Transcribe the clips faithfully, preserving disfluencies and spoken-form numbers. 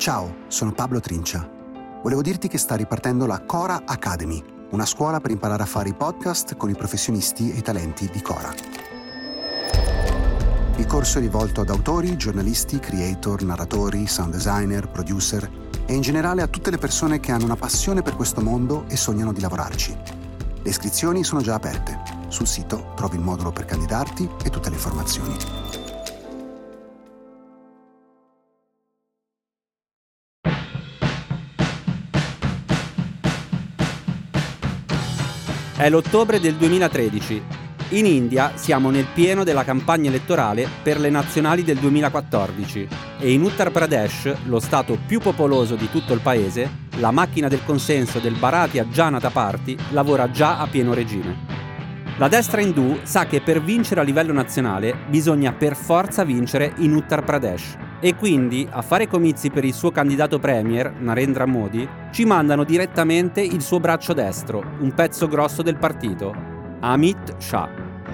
Ciao, sono Pablo Trincia. Volevo dirti che sta ripartendo la Cora Academy, una scuola per imparare a fare i podcast con i professionisti e i talenti di Cora. Il corso è rivolto ad autori, giornalisti, creator, narratori, sound designer, producer e in generale a tutte le persone che hanno una passione per questo mondo e sognano di lavorarci. Le iscrizioni sono già aperte. Sul sito trovi il modulo per candidarti e tutte le informazioni. È l'ottobre del duemilatredici. In India siamo nel pieno della campagna elettorale per le nazionali del duemilaquattordici e in Uttar Pradesh, lo stato più popoloso di tutto il paese, la macchina del consenso del Bharatiya Janata Party lavora già a pieno regime. La destra indù sa che per vincere a livello nazionale bisogna per forza vincere in Uttar Pradesh e quindi a fare comizi per il suo candidato premier, Narendra Modi, ci mandano direttamente il suo braccio destro, un pezzo grosso del partito, Amit Shah.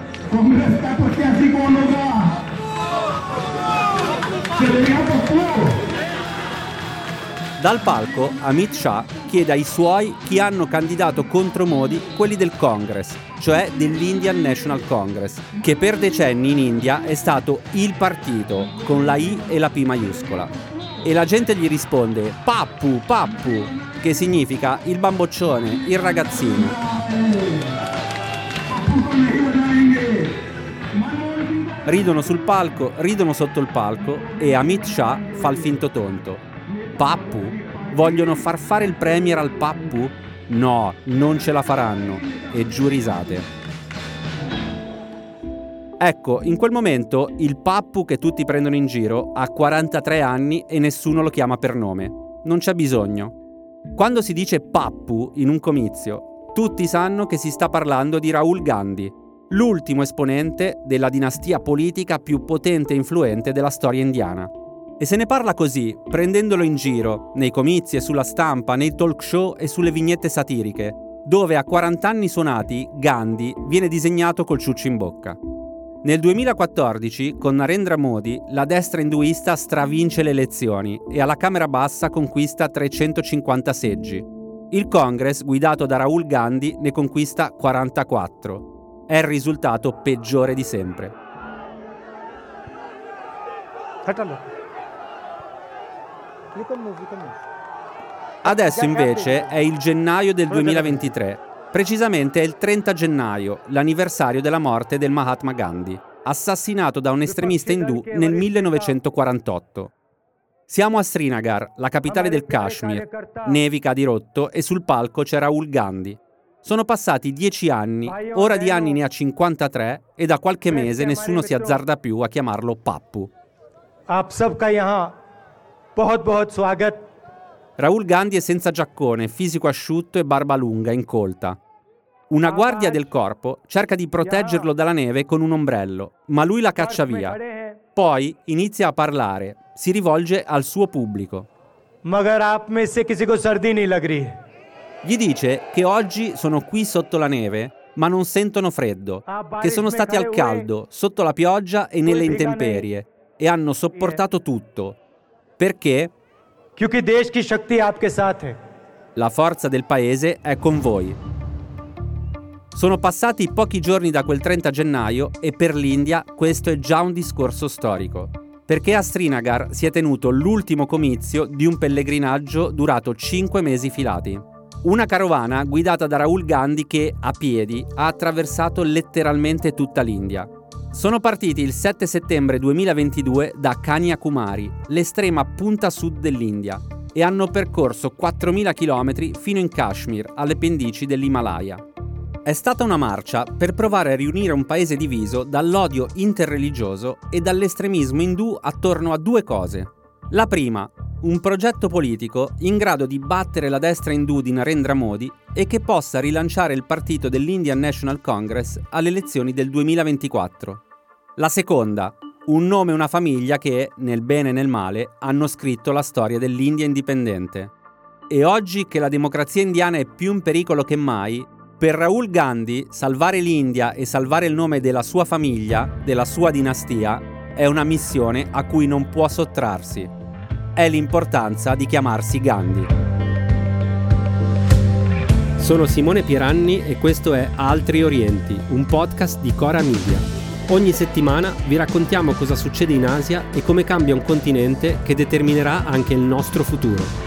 Dal palco Amit Shah chiede ai suoi chi hanno candidato contro Modi quelli del Congress, cioè dell'Indian National Congress, che per decenni in India è stato il partito, con la I e la P maiuscola. E la gente gli risponde Pappu, Pappu, che significa il bamboccione, il ragazzino. Ridono sul palco, ridono sotto il palco e Amit Shah fa il finto tonto. Pappu? Vogliono far fare il premier al Pappu? No, non ce la faranno. E giù risate. Ecco, in quel momento il Pappu che tutti prendono in giro ha quarantatré anni e nessuno lo chiama per nome. Non c'è bisogno. Quando si dice Pappu in un comizio, tutti sanno che si sta parlando di Rahul Gandhi, l'ultimo esponente della dinastia politica più potente e influente della storia indiana. E se ne parla così, prendendolo in giro, nei comizi e sulla stampa, nei talk show e sulle vignette satiriche, dove a quaranta anni suonati Gandhi viene disegnato col ciuccio in bocca. Nel duemilaquattordici, con Narendra Modi, la destra induista stravince le elezioni e alla Camera Bassa conquista trecentocinquanta seggi. Il Congress, guidato da Rahul Gandhi, ne conquista quarantaquattro. È il risultato peggiore di sempre. Adesso invece è il gennaio del duemilaventitré, precisamente è il trenta gennaio, l'anniversario della morte del Mahatma Gandhi, assassinato da un estremista indù nel millenovecentoquarantotto. Siamo a Srinagar, la capitale del Kashmir, nevica a dirotto e sul palco c'è Rahul Gandhi. Sono passati dieci anni, ora di anni ne ha cinquantatré e da qualche mese nessuno si azzarda più a chiamarlo Pappu. Rahul Gandhi è senza giaccone, fisico asciutto e barba lunga, incolta. Una guardia del corpo cerca di proteggerlo dalla neve con un ombrello, ma lui la caccia via. Poi inizia a parlare, si rivolge al suo pubblico. Gli dice che oggi sono qui sotto la neve, ma non sentono freddo, che sono stati al caldo, sotto la pioggia e nelle intemperie, e hanno sopportato tutto. Perché? La forza del paese è con voi. Sono passati pochi giorni da quel trenta gennaio e per l'India questo è già un discorso storico, perché a Srinagar si è tenuto l'ultimo comizio di un pellegrinaggio durato cinque mesi filati. Una carovana guidata da Rahul Gandhi che, a piedi, ha attraversato letteralmente tutta l'India. Sono partiti il sette settembre duemilaventidue da Kanyakumari, l'estrema punta sud dell'India, e hanno percorso quattromila chilometri fino in Kashmir, alle pendici dell'Himalaya. È stata una marcia per provare a riunire un paese diviso dall'odio interreligioso e dall'estremismo indù attorno a due cose. La prima, un progetto politico in grado di battere la destra indù di Narendra Modi e che possa rilanciare il partito dell'Indian National Congress alle elezioni del duemilaventiquattro. La seconda, un nome e una famiglia che, nel bene e nel male, hanno scritto la storia dell'India indipendente. E oggi che la democrazia indiana è più in pericolo che mai, per Rahul Gandhi salvare l'India e salvare il nome della sua famiglia, della sua dinastia, è una missione a cui non può sottrarsi. è l'importanza di chiamarsi Gandhi. Sono Simone Pieranni e questo è Altri Orienti, un podcast di Cora Media. Ogni settimana vi raccontiamo cosa succede in Asia e come cambia un continente che determinerà anche il nostro futuro.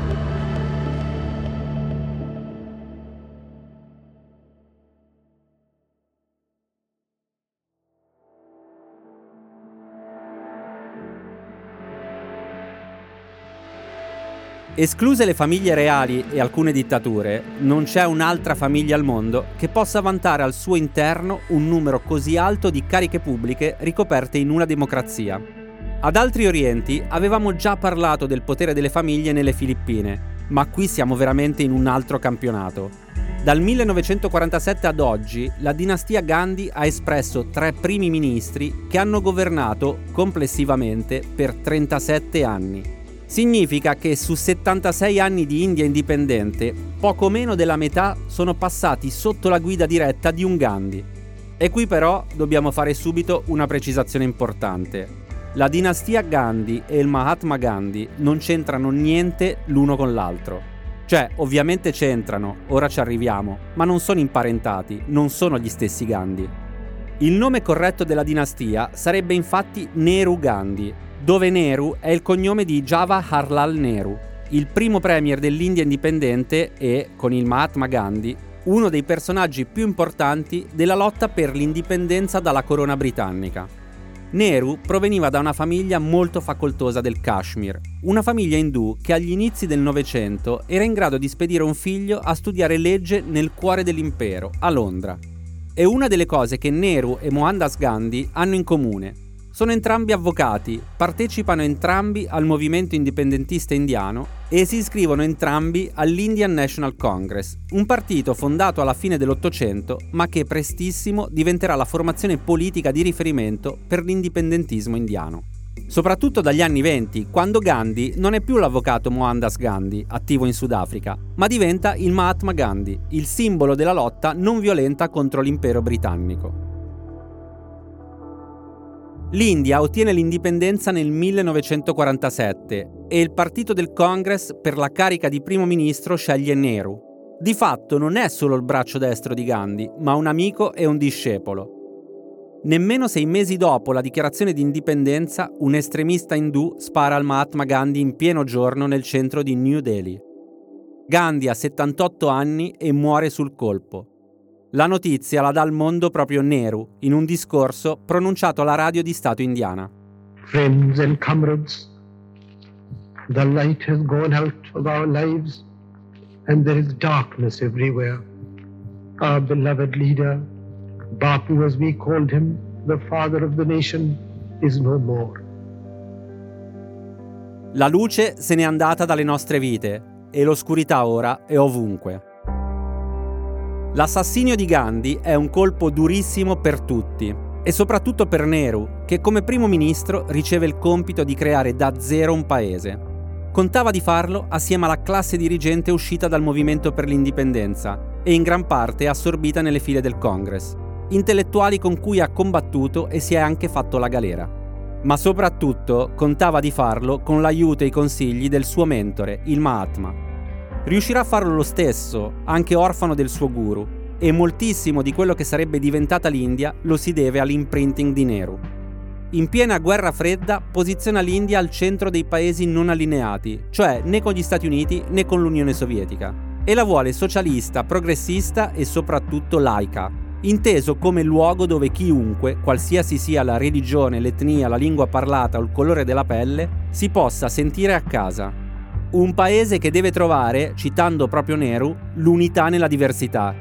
Escluse le famiglie reali e alcune dittature, non c'è un'altra famiglia al mondo che possa vantare al suo interno un numero così alto di cariche pubbliche ricoperte in una democrazia. Ad Altri Orienti avevamo già parlato del potere delle famiglie nelle Filippine, ma qui siamo veramente in un altro campionato. Dal millenovecentoquarantasette ad oggi, la dinastia Gandhi ha espresso tre primi ministri che hanno governato complessivamente per trentasette anni. Significa che su settantasei anni di India indipendente, poco meno della metà sono passati sotto la guida diretta di un Gandhi. E qui però dobbiamo fare subito una precisazione importante. La dinastia Gandhi e il Mahatma Gandhi non c'entrano niente l'uno con l'altro. Cioè, ovviamente c'entrano, ora ci arriviamo, ma non sono imparentati, non sono gli stessi Gandhi. Il nome corretto della dinastia sarebbe infatti Nehru Gandhi, dove Nehru è il cognome di Jawaharlal Nehru, il primo premier dell'India indipendente e, con il Mahatma Gandhi, uno dei personaggi più importanti della lotta per l'indipendenza dalla corona britannica. Nehru proveniva da una famiglia molto facoltosa del Kashmir, una famiglia indù che agli inizi del Novecento era in grado di spedire un figlio a studiare legge nel cuore dell'impero, a Londra. E una delle cose che Nehru e Mohandas Gandhi hanno in comune: sono entrambi avvocati, partecipano entrambi al movimento indipendentista indiano e si iscrivono entrambi all'Indian National Congress, un partito fondato alla fine dell'Ottocento ma che prestissimo diventerà la formazione politica di riferimento per l'indipendentismo indiano. Soprattutto dagli anni venti, quando Gandhi non è più l'avvocato Mohandas Gandhi, attivo in Sudafrica, ma diventa il Mahatma Gandhi, il simbolo della lotta non violenta contro l'impero britannico. L'India ottiene l'indipendenza nel millenovecentoquarantasette e il partito del Congress per la carica di primo ministro sceglie Nehru. Di fatto non è solo il braccio destro di Gandhi, ma un amico e un discepolo. Nemmeno sei mesi dopo la dichiarazione di indipendenza, un estremista indù spara al Mahatma Gandhi in pieno giorno nel centro di New Delhi. Gandhi ha settantotto anni e muore sul colpo. La notizia la dà al mondo proprio Nehru, in un discorso pronunciato alla radio di Stato indiana. Friends and comrades, the light has gone out of our lives and there is darkness everywhere. Our beloved leader, Bapu as we called him, the father of the nation, is no more. La luce se n'è andata dalle nostre vite e l'oscurità ora è ovunque. L'assassinio di Gandhi è un colpo durissimo per tutti, e soprattutto per Nehru, che come primo ministro riceve il compito di creare da zero un paese. Contava di farlo assieme alla classe dirigente uscita dal movimento per l'indipendenza e in gran parte assorbita nelle file del Congress, intellettuali con cui ha combattuto e si è anche fatto la galera. Ma soprattutto contava di farlo con l'aiuto e i consigli del suo mentore, il Mahatma. Riuscirà a farlo lo stesso, anche orfano del suo guru, e moltissimo di quello che sarebbe diventata l'India lo si deve all'imprinting di Nehru. In piena guerra fredda posiziona l'India al centro dei paesi non allineati, cioè né con gli Stati Uniti né con l'Unione Sovietica, e la vuole socialista, progressista e soprattutto laica, inteso come luogo dove chiunque, qualsiasi sia la religione, l'etnia, la lingua parlata o il colore della pelle, si possa sentire a casa. Un paese che deve trovare, citando proprio Nehru, l'unità nella diversità.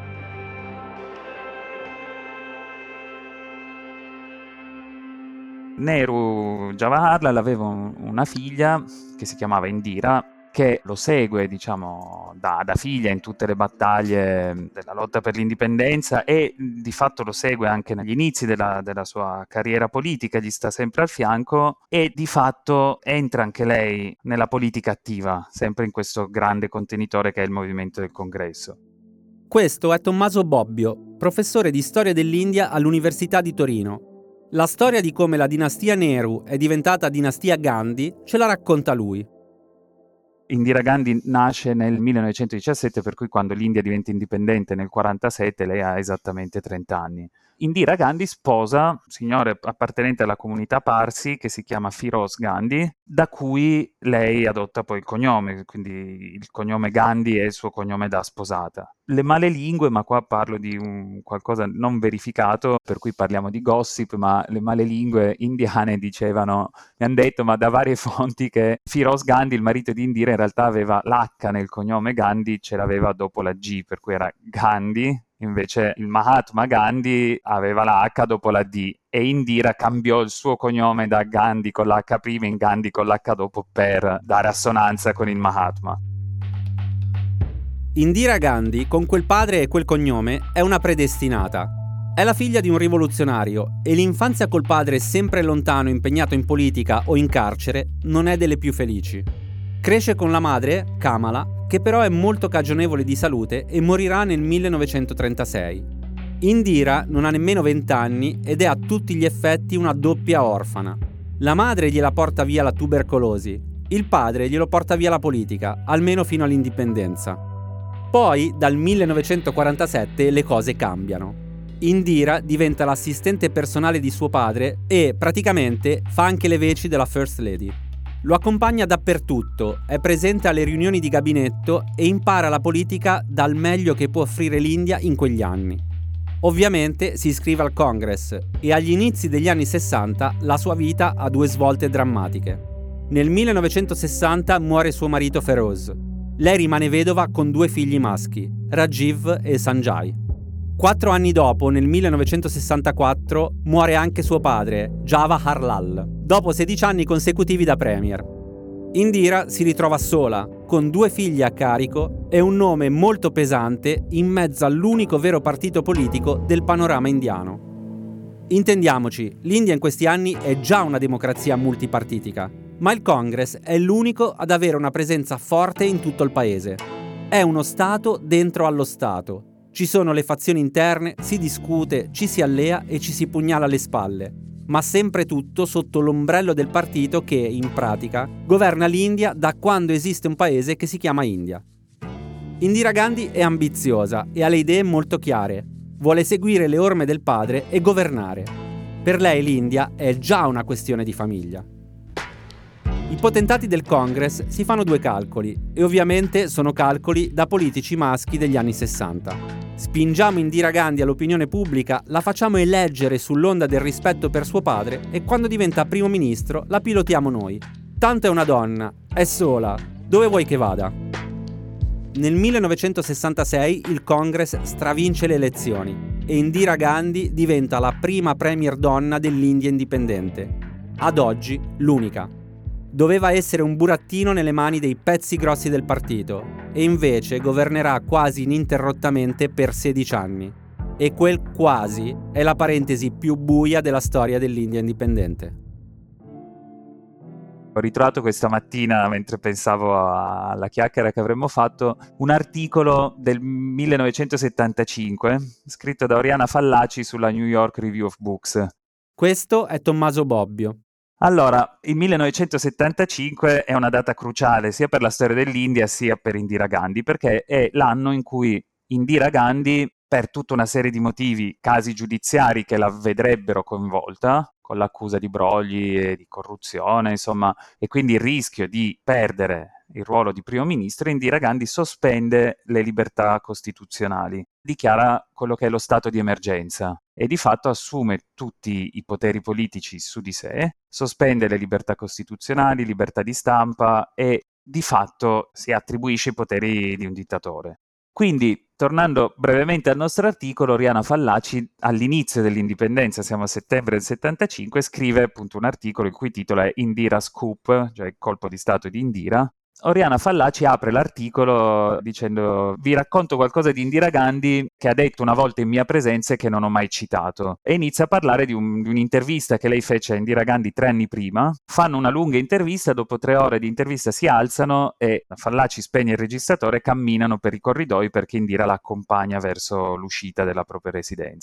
Nehru Jawaharlal aveva una figlia che si chiamava Indira, che lo segue, diciamo, da, da figlia in tutte le battaglie della lotta per l'indipendenza e di fatto lo segue anche negli inizi della, della sua carriera politica, gli sta sempre al fianco e di fatto entra anche lei nella politica attiva, sempre in questo grande contenitore che è il movimento del Congresso. Questo è Tommaso Bobbio, professore di storia dell'India all'Università di Torino. La storia di come la dinastia Nehru è diventata dinastia Gandhi ce la racconta lui. Indira Gandhi nasce nel millenovecentodiciassette, per cui quando l'India diventa indipendente nel quarantasette lei ha esattamente trenta anni. Indira Gandhi sposa un signore appartenente alla comunità Parsi che si chiama Firoz Gandhi, da cui lei adotta poi il cognome, quindi il cognome Gandhi è il suo cognome da sposata. Le male lingue, ma qua parlo di un qualcosa non verificato, per cui parliamo di gossip, ma le male lingue indiane dicevano, mi hanno detto, ma da varie fonti, che Firoz Gandhi, il marito di Indira, in realtà aveva l'H nel cognome Gandhi, ce l'aveva dopo la G, per cui era Gandhi. Invece il Mahatma Gandhi aveva la H dopo la D e Indira cambiò il suo cognome da Gandhi con l'H prima in Gandhi con l'H dopo per dare assonanza con il Mahatma. Indira Gandhi, con quel padre e quel cognome, è una predestinata. È la figlia di un rivoluzionario e l'infanzia col padre sempre lontano, impegnato in politica o in carcere, non è delle più felici. Cresce con la madre, Kamala, che però è molto cagionevole di salute e morirà nel millenovecentotrentasei. Indira non ha nemmeno venti anni ed è a tutti gli effetti una doppia orfana. La madre gliela porta via la tubercolosi, il padre glielo porta via la politica, almeno fino all'indipendenza. Poi, dal millenovecentoquarantasette, le cose cambiano. Indira diventa l'assistente personale di suo padre e, praticamente, fa anche le veci della First Lady. Lo accompagna dappertutto, è presente alle riunioni di gabinetto e impara la politica dal meglio che può offrire l'India in quegli anni. Ovviamente si iscrive al Congress e agli inizi degli anni sessanta la sua vita ha due svolte drammatiche. Nel millenovecentosessanta muore suo marito Feroz. Lei rimane vedova con due figli maschi, Rajiv e Sanjay. Quattro anni dopo, nel millenovecentosessantaquattro, muore anche suo padre, Jawaharlal, dopo sedici anni consecutivi da premier. Indira si ritrova sola, con due figli a carico e un nome molto pesante in mezzo all'unico vero partito politico del panorama indiano. Intendiamoci, l'India in questi anni è già una democrazia multipartitica, ma il Congress è l'unico ad avere una presenza forte in tutto il paese. È uno Stato dentro allo Stato. Ci sono le fazioni interne, si discute, ci si allea e ci si pugnala alle spalle, ma sempre tutto sotto l'ombrello del partito che, in pratica, governa l'India da quando esiste un paese che si chiama India. Indira Gandhi è ambiziosa e ha le idee molto chiare. Vuole seguire le orme del padre e governare. Per lei l'India è già una questione di famiglia. I potentati del Congress si fanno due calcoli, e ovviamente sono calcoli da politici maschi degli anni sessanta. Spingiamo Indira Gandhi all'opinione pubblica, la facciamo eleggere sull'onda del rispetto per suo padre e quando diventa primo ministro la pilotiamo noi. Tanto è una donna, è sola, dove vuoi che vada? Nel millenovecentosessantasei il Congress stravince le elezioni e Indira Gandhi diventa la prima premier donna dell'India indipendente. Ad oggi l'unica. Doveva essere un burattino nelle mani dei pezzi grossi del partito e invece governerà quasi ininterrottamente per sedici anni. E quel quasi è la parentesi più buia della storia dell'India indipendente. Ho ritrovato questa mattina, mentre pensavo alla chiacchiera che avremmo fatto, un articolo del millenovecentosettantacinque scritto da Oriana Fallaci sulla New York Review of Books. Questo è Tommaso Bobbio. Allora, il millenovecentosettantacinque è una data cruciale sia per la storia dell'India sia per Indira Gandhi, perché è l'anno in cui Indira Gandhi, per tutta una serie di motivi, casi giudiziari che la vedrebbero coinvolta, con l'accusa di brogli e di corruzione, insomma, e quindi il rischio di perdere il ruolo di primo ministro, Indira Gandhi sospende le libertà costituzionali, dichiara quello che è lo stato di emergenza e di fatto assume tutti i poteri politici su di sé, sospende le libertà costituzionali, libertà di stampa e di fatto si attribuisce i poteri di un dittatore. Quindi, tornando brevemente al nostro articolo, Oriana Fallaci all'inizio dell'indipendenza, siamo a settembre del settantacinque, scrive appunto un articolo il cui titolo è Indira Scoop, cioè il colpo di stato di Indira. Oriana Fallaci apre l'articolo dicendo: vi racconto qualcosa di Indira Gandhi che ha detto una volta in mia presenza e che non ho mai citato, e inizia a parlare di, un, di un'intervista che lei fece a Indira Gandhi tre anni prima. Fanno una lunga intervista, dopo tre ore di intervista si alzano e Fallaci spegne il registratore e camminano per i corridoi perché Indira la accompagna verso l'uscita della propria residenza.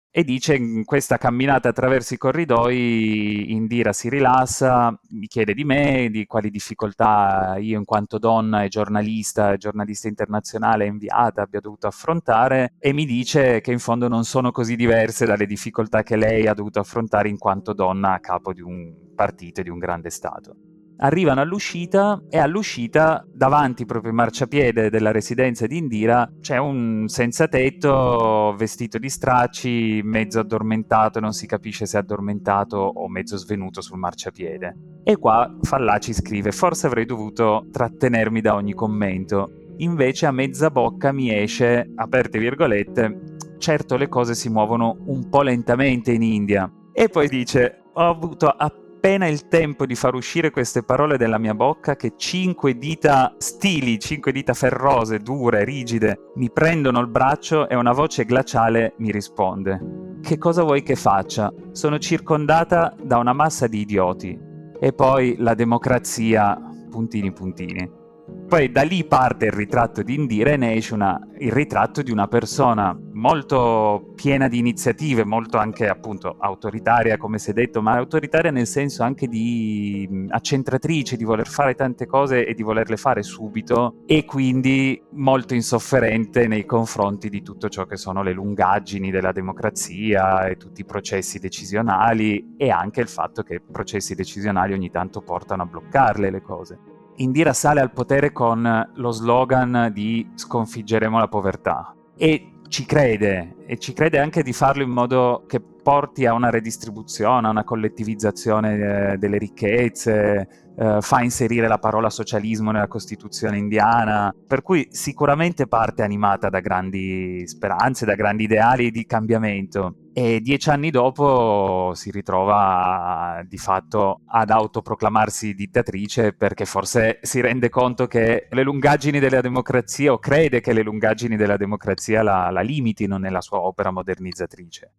E dice: in questa camminata attraverso i corridoi Indira si rilassa, mi chiede di me, di quali difficoltà io in quanto donna e giornalista, giornalista internazionale inviata abbia dovuto affrontare, e mi dice che in fondo non sono così diverse dalle difficoltà che lei ha dovuto affrontare in quanto donna a capo di un partito e di un grande stato. Arrivano all'uscita e all'uscita, davanti proprio il marciapiede della residenza di Indira, c'è un senza tetto vestito di stracci, mezzo addormentato, non si capisce se è addormentato o mezzo svenuto sul marciapiede. E qua Fallaci scrive: forse avrei dovuto trattenermi da ogni commento, invece a mezza bocca mi esce, aperte virgolette, certo le cose si muovono un po' lentamente in India. E poi dice: ho avuto appena appena il tempo di far uscire queste parole dalla mia bocca che cinque dita stili, cinque dita ferrose, dure, rigide, mi prendono il braccio e una voce glaciale mi risponde: che cosa vuoi che faccia? Sono circondata da una massa di idioti. E poi la democrazia, puntini puntini. Poi da lì parte il ritratto di Indira e ne esce una, il ritratto di una persona molto piena di iniziative, molto anche appunto autoritaria, come si è detto, ma autoritaria nel senso anche di mh, accentratrice, di voler fare tante cose e di volerle fare subito, e quindi molto insofferente nei confronti di tutto ciò che sono le lungaggini della democrazia e tutti i processi decisionali, e anche il fatto che processi decisionali ogni tanto portano a bloccarle le cose. Indira sale al potere con lo slogan di sconfiggeremo la povertà e ci crede, e ci crede anche di farlo in modo che porti a una redistribuzione, a una collettivizzazione eh, delle ricchezze, eh, fa inserire la parola socialismo nella Costituzione indiana, per cui sicuramente parte animata da grandi speranze, da grandi ideali di cambiamento. E dieci anni dopo si ritrova di fatto ad autoproclamarsi dittatrice, perché forse si rende conto che le lungaggini della democrazia, o crede che le lungaggini della democrazia la, la limitino nella sua opera modernizzatrice.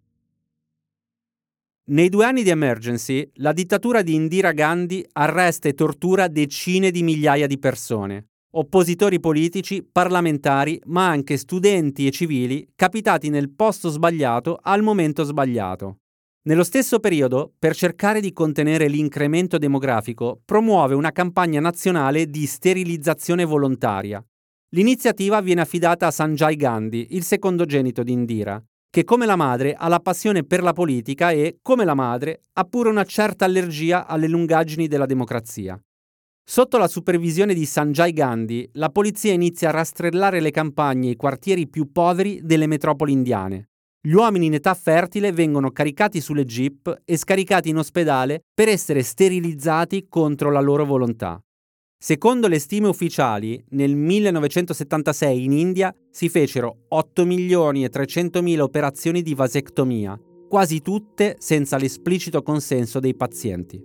Nei due anni di Emergency, la dittatura di Indira Gandhi arresta e tortura decine di migliaia di persone, oppositori politici, parlamentari, ma anche studenti e civili capitati nel posto sbagliato al momento sbagliato. Nello stesso periodo, per cercare di contenere l'incremento demografico, promuove una campagna nazionale di sterilizzazione volontaria. L'iniziativa viene affidata a Sanjay Gandhi, il secondogenito di Indira, che come la madre ha la passione per la politica e, come la madre, ha pure una certa allergia alle lungaggini della democrazia. Sotto la supervisione di Sanjay Gandhi, la polizia inizia a rastrellare le campagne e i quartieri più poveri delle metropoli indiane. Gli uomini in età fertile vengono caricati sulle jeep e scaricati in ospedale per essere sterilizzati contro la loro volontà. Secondo le stime ufficiali, nel millenovecentosettantasei in India si fecero otto milioni e trecentomila operazioni di vasectomia, quasi tutte senza l'esplicito consenso dei pazienti.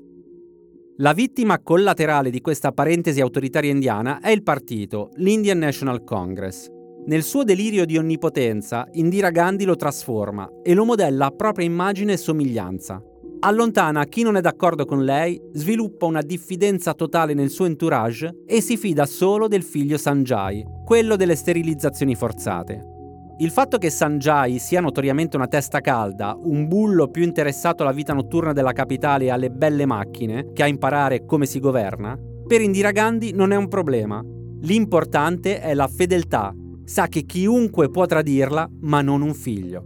La vittima collaterale di questa parentesi autoritaria indiana è il partito, l'Indian National Congress. Nel suo delirio di onnipotenza, Indira Gandhi lo trasforma e lo modella a propria immagine e somiglianza. Allontana chi non è d'accordo con lei, sviluppa una diffidenza totale nel suo entourage e si fida solo del figlio Sanjay, quello delle sterilizzazioni forzate. Il fatto che Sanjay sia notoriamente una testa calda, un bullo più interessato alla vita notturna della capitale e alle belle macchine, che a imparare come si governa, per Indira Gandhi non è un problema. L'importante è la fedeltà. Sa che chiunque può tradirla, ma non un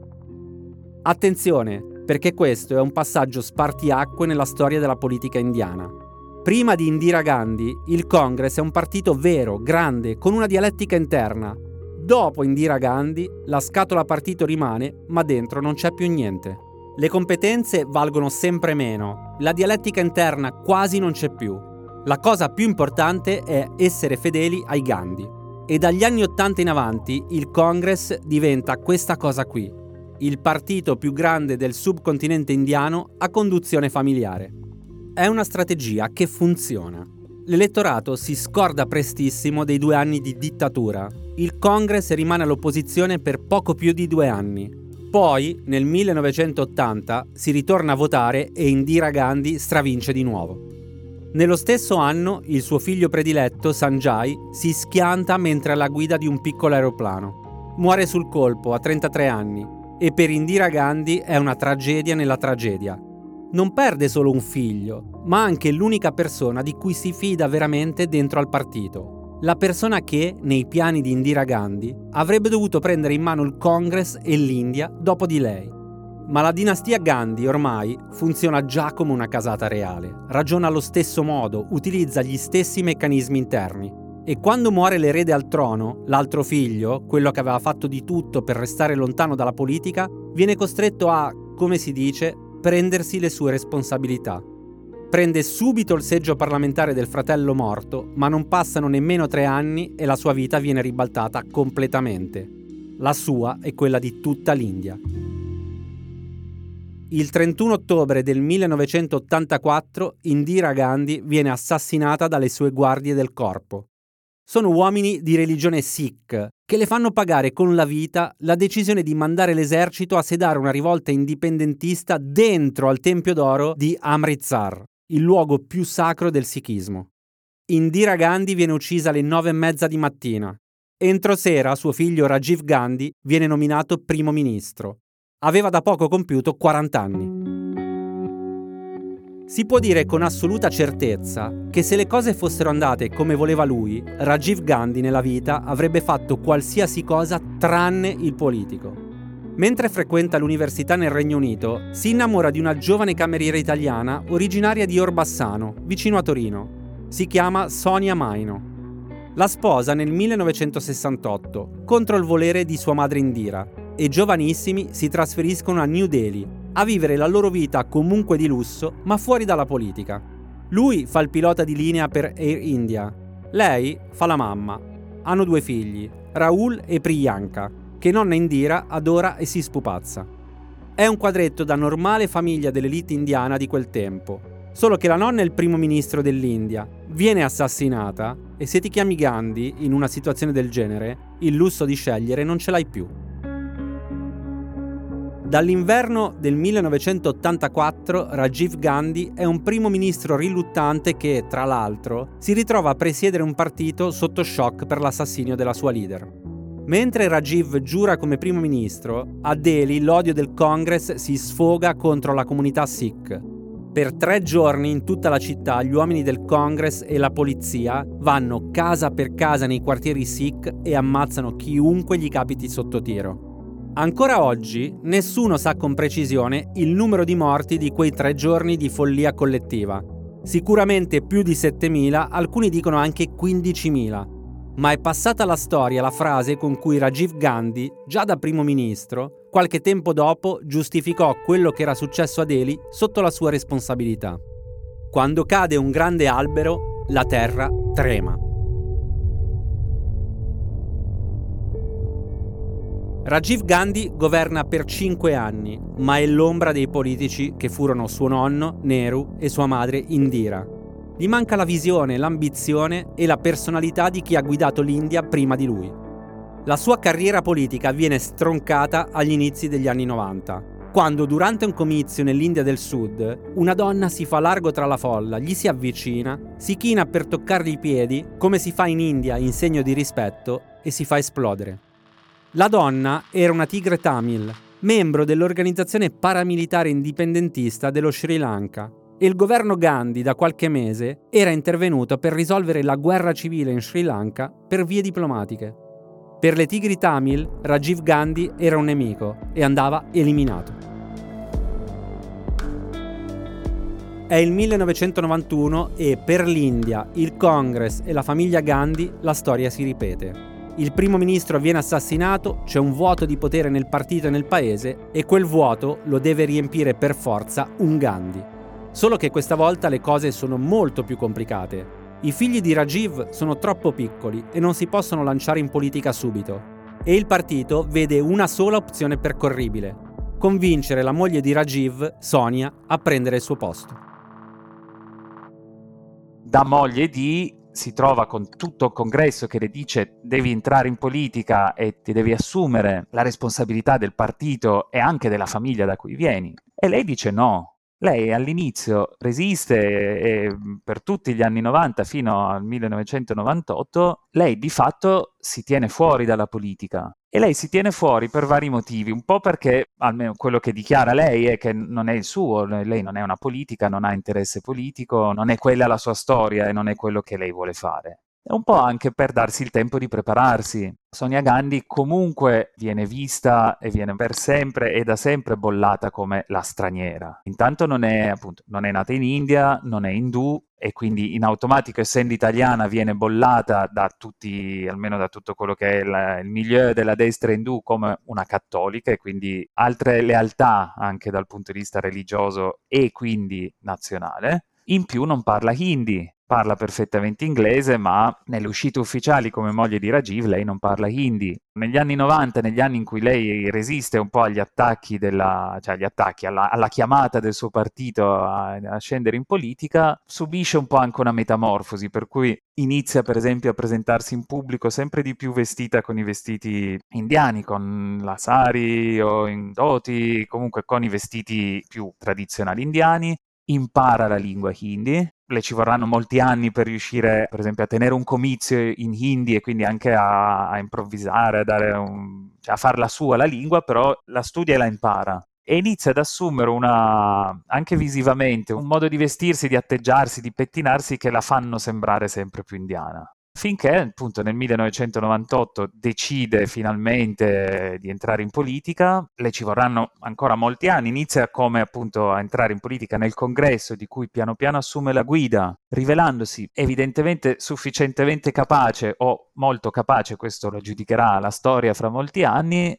figlio. Attenzione, perché questo è un passaggio spartiacque nella storia della politica indiana. Prima di Indira Gandhi, il Congress è un partito vero, grande, con una dialettica interna. Dopo Indira Gandhi, la scatola partito rimane, ma dentro non c'è più niente. Le competenze valgono sempre meno, la dialettica interna quasi non c'è più. La cosa più importante è essere fedeli ai Gandhi. E dagli anni Ottanta in avanti il Congress diventa questa cosa qui. Il partito più grande del subcontinente indiano a conduzione familiare. È una strategia che funziona. L'elettorato si scorda prestissimo dei due anni di dittatura. Il Congress rimane all'opposizione per poco più di due anni. Poi, nel millenovecentottanta, si ritorna a votare e Indira Gandhi stravince di nuovo. Nello stesso anno, il suo figlio prediletto, Sanjay, si schianta mentre alla guida di un piccolo aeroplano. Muore sul colpo a trentatré anni. E per Indira Gandhi è una tragedia nella tragedia. Non perde solo un figlio, ma anche l'unica persona di cui si fida veramente dentro al partito. La persona che, nei piani di Indira Gandhi, avrebbe dovuto prendere in mano il Congress e l'India dopo di lei. Ma la dinastia Gandhi ormai funziona già come una casata reale, ragiona allo stesso modo, utilizza gli stessi meccanismi interni. E quando muore l'erede al trono, l'altro figlio, quello che aveva fatto di tutto per restare lontano dalla politica, viene costretto a, come si dice, prendersi le sue responsabilità. Prende subito il seggio parlamentare del fratello morto, ma non passano nemmeno tre anni e la sua vita viene ribaltata completamente. La sua e quella di tutta l'India. Il trentuno ottobre del millenovecentottantaquattro Indira Gandhi viene assassinata dalle sue guardie del corpo. Sono uomini di religione Sikh che le fanno pagare con la vita la decisione di mandare l'esercito a sedare una rivolta indipendentista dentro al Tempio d'Oro di Amritsar, il luogo più sacro del sikhismo. Indira Gandhi viene uccisa alle nove e mezza di mattina. Entro sera suo figlio Rajiv Gandhi viene nominato primo ministro. Aveva da poco compiuto quaranta anni. Si può dire con assoluta certezza che se le cose fossero andate come voleva lui, Rajiv Gandhi nella vita avrebbe fatto qualsiasi cosa tranne il politico. Mentre frequenta l'università nel Regno Unito, si innamora di una giovane cameriera italiana originaria di Orbassano, vicino a Torino. Si chiama Sonia Maino. La sposa nel millenovecentosessantotto, contro il volere di sua madre Indira, e giovanissimi si trasferiscono a New Delhi, a vivere la loro vita comunque di lusso, ma fuori dalla politica. Lui fa il pilota di linea per Air India. Lei fa la mamma. Hanno due figli, Rahul e Priyanka, che nonna Indira adora e si spupazza. È un quadretto da normale famiglia dell'elite indiana di quel tempo. Solo che la nonna è il primo ministro dell'India, viene assassinata e se ti chiami Gandhi in una situazione del genere, il lusso di scegliere non ce l'hai più. Dall'inverno del millenovecentottantaquattro Rajiv Gandhi è un primo ministro riluttante che, tra l'altro, si ritrova a presiedere un partito sotto shock per l'assassinio della sua leader. Mentre Rajiv giura come primo ministro, a Delhi l'odio del Congress si sfoga contro la comunità Sikh. Per tre giorni in tutta la città gli uomini del Congress e la polizia vanno casa per casa nei quartieri Sikh e ammazzano chiunque gli capiti sotto tiro. Ancora oggi nessuno sa con precisione il numero di morti di quei tre giorni di follia collettiva. Sicuramente più di settemila, alcuni dicono anche quindicimila. Ma è passata alla storia la frase con cui Rajiv Gandhi, già da primo ministro, qualche tempo dopo giustificò quello che era successo a Delhi sotto la sua responsabilità. Quando cade un grande albero, la terra trema. Rajiv Gandhi governa per cinque anni, ma è l'ombra dei politici che furono suo nonno, Nehru, e sua madre, Indira. Gli manca la visione, l'ambizione e la personalità di chi ha guidato l'India prima di lui. La sua carriera politica viene stroncata agli inizi degli anni novanta, quando durante un comizio nell'India del Sud, una donna si fa largo tra la folla, gli si avvicina, si china per toccargli i piedi, come si fa in India in segno di rispetto, e si fa esplodere. La donna era una tigre tamil, membro dell'organizzazione paramilitare indipendentista dello Sri Lanka, e il governo Gandhi da qualche mese era intervenuto per risolvere la guerra civile in Sri Lanka per vie diplomatiche. Per le tigri tamil, Rajiv Gandhi era un nemico e andava eliminato. È il millenovecentonovantuno e per l'India, il Congress e la famiglia Gandhi la storia si ripete. Il primo ministro viene assassinato, c'è un vuoto di potere nel partito e nel paese e quel vuoto lo deve riempire per forza un Gandhi. Solo che questa volta le cose sono molto più complicate. I figli di Rajiv sono troppo piccoli e non si possono lanciare in politica subito. E il partito vede una sola opzione percorribile: convincere la moglie di Rajiv, Sonia, a prendere il suo posto. Da moglie di si trova con tutto il congresso che le dice devi entrare in politica e ti devi assumere la responsabilità del partito e anche della famiglia da cui vieni. E lei dice no. Lei all'inizio resiste e per tutti gli anni novanta fino al millenovecentonovantotto lei di fatto si tiene fuori dalla politica. E lei si tiene fuori per vari motivi, un po' perché, almeno quello che dichiara lei, è che non è il suo, lei non è una politica, non ha interesse politico, non è quella la sua storia e non è quello che lei vuole fare. E un po' anche per darsi il tempo di prepararsi. Sonia Gandhi comunque viene vista e viene per sempre e da sempre bollata come la straniera. Intanto non è, appunto, non è nata in India, non è indù e quindi in automatico, essendo italiana, viene bollata da tutti, almeno da tutto quello che è la, il milieu della destra indù, come una cattolica, e quindi altre lealtà anche dal punto di vista religioso e quindi nazionale. In più non parla hindi. Parla perfettamente inglese, ma nelle uscite ufficiali come moglie di Rajiv lei non parla hindi. Negli anni novanta, negli anni in cui lei resiste un po' agli attacchi, della, cioè agli attacchi alla, alla chiamata del suo partito a, a scendere in politica, subisce un po' anche una metamorfosi, per cui inizia per esempio a presentarsi in pubblico sempre di più vestita con i vestiti indiani, con la sari o in dhoti, comunque con i vestiti più tradizionali indiani. Impara la lingua hindi, le ci vorranno molti anni per riuscire per esempio a tenere un comizio in hindi e quindi anche a, a improvvisare, a, dare un, cioè a farla sua la lingua, però la studia e la impara. E inizia ad assumere una, anche visivamente, un modo di vestirsi, di atteggiarsi, di pettinarsi che la fanno sembrare sempre più indiana. Finché appunto nel millenovecentonovantotto decide finalmente di entrare in politica, le ci vorranno ancora molti anni, inizia come appunto a entrare in politica nel congresso di cui piano piano assume la guida, rivelandosi evidentemente sufficientemente capace o molto capace, questo lo giudicherà la storia fra molti anni,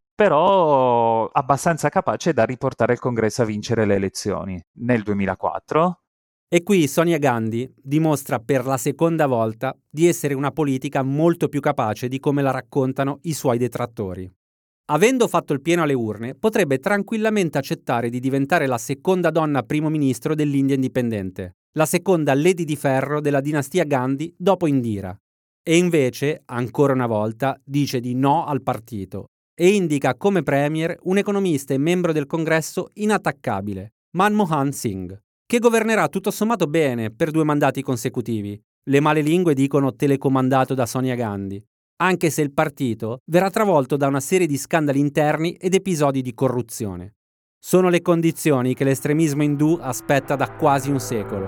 però abbastanza capace da riportare il congresso a vincere le elezioni nel duemilaquattro. E qui Sonia Gandhi dimostra per la seconda volta di essere una politica molto più capace di come la raccontano i suoi detrattori. Avendo fatto il pieno alle urne, potrebbe tranquillamente accettare di diventare la seconda donna primo ministro dell'India indipendente, la seconda Lady di ferro della dinastia Gandhi dopo Indira. E invece, ancora una volta, dice di no al partito e indica come premier un economista e membro del congresso inattaccabile, Manmohan Singh, che governerà tutto sommato bene per due mandati consecutivi. Le male lingue dicono telecomandato da Sonia Gandhi, anche se il partito verrà travolto da una serie di scandali interni ed episodi di corruzione. Sono le condizioni che l'estremismo indù aspetta da quasi un secolo.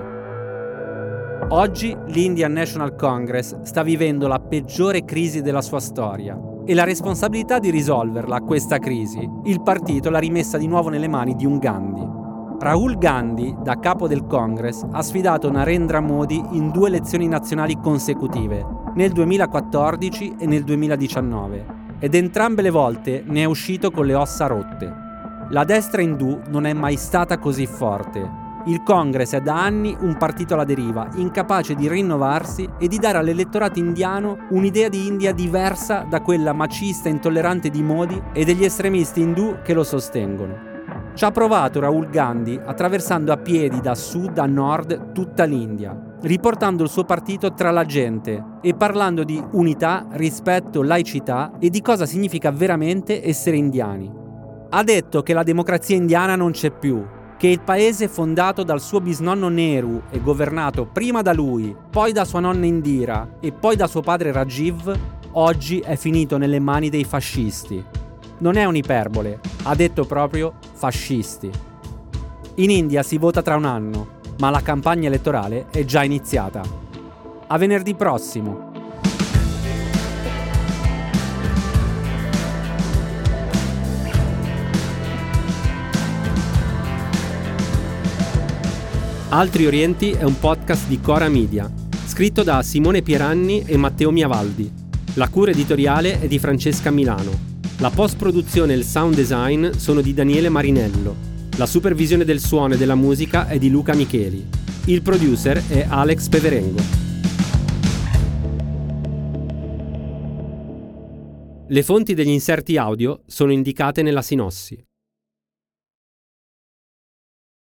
Oggi l'Indian National Congress sta vivendo la peggiore crisi della sua storia e la responsabilità di risolverla, questa crisi, il partito l'ha rimessa di nuovo nelle mani di un Gandhi. Rahul Gandhi, da capo del Congress, ha sfidato Narendra Modi in due elezioni nazionali consecutive, nel duemilaquattordici e nel duemiladiciannove, ed entrambe le volte ne è uscito con le ossa rotte. La destra indù non è mai stata così forte. Il Congress è da anni un partito alla deriva, incapace di rinnovarsi e di dare all'elettorato indiano un'idea di India diversa da quella macista e intollerante di Modi e degli estremisti indù che lo sostengono. Ci ha provato Rahul Gandhi attraversando a piedi da sud a nord tutta l'India, riportando il suo partito tra la gente e parlando di unità, rispetto, laicità e di cosa significa veramente essere indiani. Ha detto che la democrazia indiana non c'è più, che il paese fondato dal suo bisnonno Nehru e governato prima da lui, poi da sua nonna Indira e poi da suo padre Rajiv, oggi è finito nelle mani dei fascisti. Non è un'iperbole, ha detto proprio fascisti. In India si vota tra un anno, ma la campagna elettorale è già iniziata. A venerdì prossimo. Altri Orienti è un podcast di Cora Media, scritto da Simone Pieranni e Matteo Miavaldi. La cura editoriale è di Francesca Milano. La post-produzione e il sound design sono di Daniele Marinello. La supervisione del suono e della musica è di Luca Micheli. Il producer è Alex Peverengo. Le fonti degli inserti audio sono indicate nella sinossi.